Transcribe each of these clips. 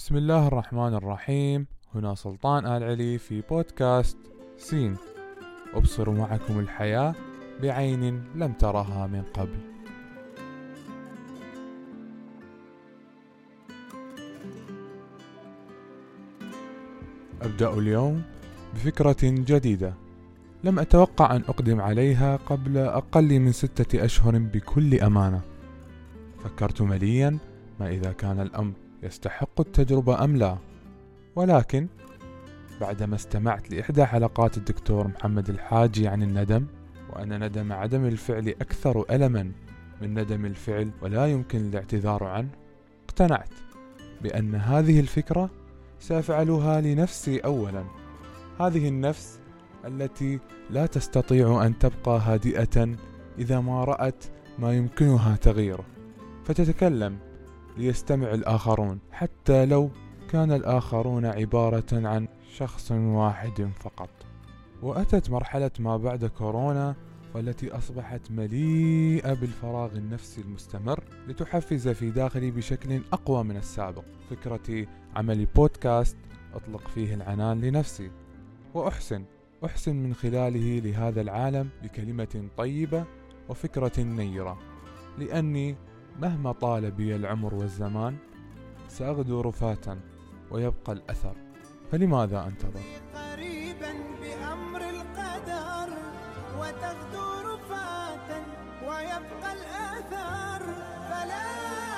بسم الله الرحمن الرحيم. هنا سلطان آل علي في بودكاست سين، أبصر معكم الحياة بعين لم ترها من قبل. أبدأ اليوم بفكرة جديدة لم أتوقع أن أقدم عليها قبل أقل من 6 أشهر بكل أمانة. فكرت مليا ما إذا كان الأمر يستحق التجربة أم لا، ولكن بعدما استمعت لإحدى حلقات الدكتور محمد الحاجي عن الندم، وأن ندم عدم الفعل أكثر ألما من ندم الفعل ولا يمكن الاعتذار عنه، اقتنعت بأن هذه الفكرة سأفعلها لنفسي أولا. هذه النفس التي لا تستطيع أن تبقى هادئة إذا ما رأت ما يمكنها تغييره، فتتكلم ليستمع الآخرون، حتى لو كان الآخرون عبارة عن شخص واحد فقط. وأتت مرحلة ما بعد كورونا، والتي أصبحت مليئة بالفراغ النفسي المستمر، لتحفز في داخلي بشكل أقوى من السابق فكرة عمل بودكاست أطلق فيه العنان لنفسي، وأحسن من خلاله لهذا العالم بكلمة طيبة وفكرة نيرة، لأني مهما طال بي العمر والزمان سأغدو رفاتا ويبقى الأثر، فلماذا أنتظر؟ قريبا بأمر القدر وتغدو رفاتا ويبقى الأثر، فلا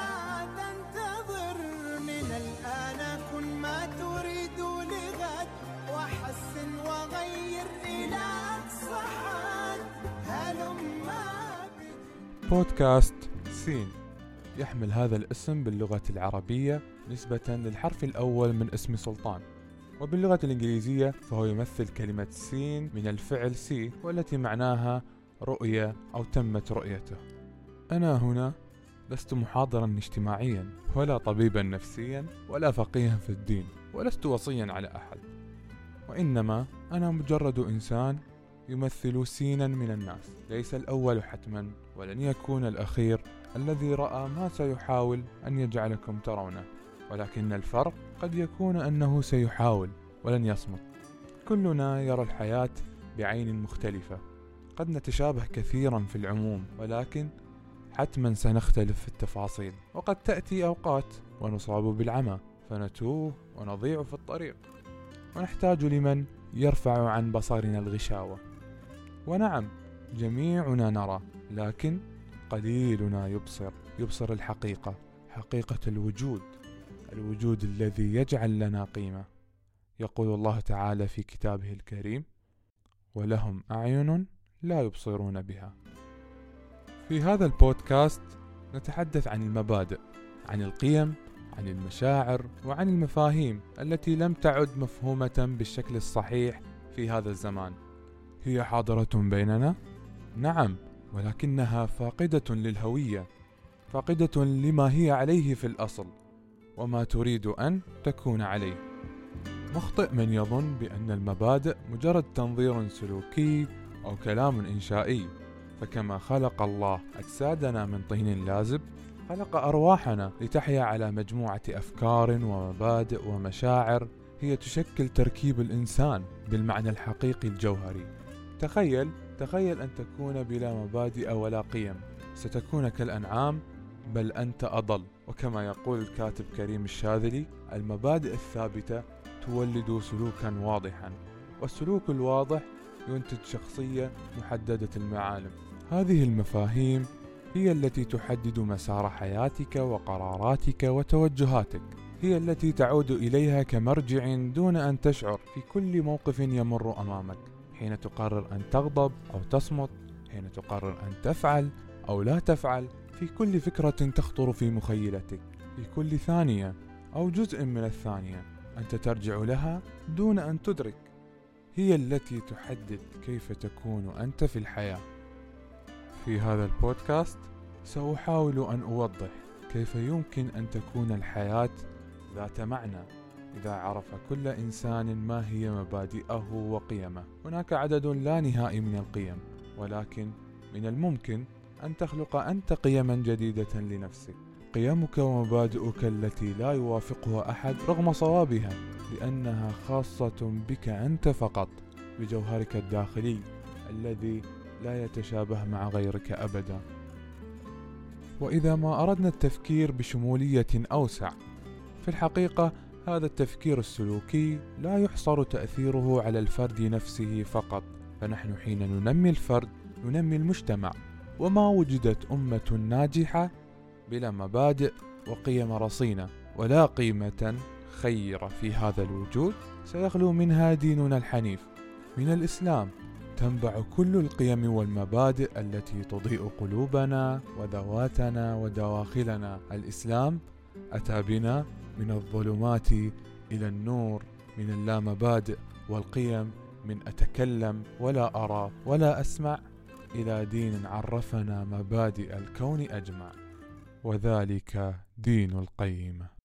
تنتظر، من الآن كن ما تريد لغد، وحسن وغير إلى أقصى حد، هلما بودكاست سين يحمل هذا الاسم باللغة العربية نسبة للحرف الأول من اسم سلطان، وباللغة الإنجليزية فهو يمثل كلمة سين من الفعل سي، والتي معناها رؤية أو تمت رؤيته. أنا هنا لست محاضرا اجتماعيا، ولا طبيبا نفسيا، ولا فقيها في الدين، ولست وصيا على أحد، وإنما أنا مجرد إنسان يمثل سينا من الناس، ليس الأول حتما ولن يكون الأخير الذي رأى ما سيحاول أن يجعلكم ترونه، ولكن الفرق قد يكون أنه سيحاول ولن يصمت. كلنا يرى الحياة بعين مختلفة، قد نتشابه كثيرا في العموم، ولكن حتما سنختلف في التفاصيل، وقد تأتي أوقات ونصاب بالعمى فنتوه ونضيع في الطريق، ونحتاج لمن يرفع عن بصرنا الغشاوة. ونعم، جميعنا نرى، لكن قليلنا يبصر الحقيقة، حقيقة الوجود الذي يجعل لنا قيمة. يقول الله تعالى في كتابه الكريم: ولهم أعين لا يبصرون بها. في هذا البودكاست نتحدث عن المبادئ، عن القيم، عن المشاعر، وعن المفاهيم التي لم تعد مفهومة بالشكل الصحيح في هذا الزمان. هي حاضرة بيننا؟ نعم، ولكنها فاقدة للهوية، فاقدة لما هي عليه في الأصل وما تريد أن تكون عليه. مخطئ من يظن بأن المبادئ مجرد تنظير سلوكي أو كلام إنشائي، فكما خلق الله أجسادنا من طين لازب، خلق أرواحنا لتحيا على مجموعة أفكار ومبادئ ومشاعر هي تشكل تركيب الإنسان بالمعنى الحقيقي الجوهري. تخيل أن تكون بلا مبادئ ولا قيم، ستكون كالأنعام، بل أنت أضل. وكما يقول الكاتب كريم الشاذلي: المبادئ الثابتة تولد سلوكا واضحا، والسلوك الواضح ينتج شخصية محددة المعالم. هذه المفاهيم هي التي تحدد مسار حياتك وقراراتك وتوجهاتك، هي التي تعود إليها كمرجع دون أن تشعر في كل موقف يمر أمامك، حين تقرر أن تغضب أو تصمت، حين تقرر أن تفعل أو لا تفعل، في كل فكرة تخطر في مخيلتك، في كل ثانية أو جزء من الثانية أنت ترجع لها دون أن تدرك، هي التي تحدد كيف تكون أنت في الحياة. في هذا البودكاست سأحاول أن أوضح كيف يمكن أن تكون الحياة ذات معنى إذا عرف كل إنسان ما هي مبادئه وقيمه. هناك عدد لا نهائي من القيم، ولكن من الممكن أن تخلق أنت قيما جديدة لنفسك، قيمك ومبادئك التي لا يوافقها أحد رغم صوابها، لأنها خاصة بك أنت فقط، بجوهرك الداخلي الذي لا يتشابه مع غيرك أبدا. وإذا ما أردنا التفكير بشمولية أوسع، في الحقيقة هذا التفكير السلوكي لا يحصر تأثيره على الفرد نفسه فقط، فنحن حين ننمي الفرد ننمي المجتمع. وما وجدت أمة ناجحة بلا مبادئ وقيم رصينة ولا قيمة خيرة في هذا الوجود سيخلو منها ديننا الحنيف. من الإسلام تنبع كل القيم والمبادئ التي تضيء قلوبنا وذواتنا ودواخلنا. الإسلام أتى بنا من الظلمات إلى النور، من اللامبادئ والقيم، من أتكلم ولا أرى ولا أسمع، إلى دين عرفنا مبادئ الكون أجمع، وذلك دين القيمة.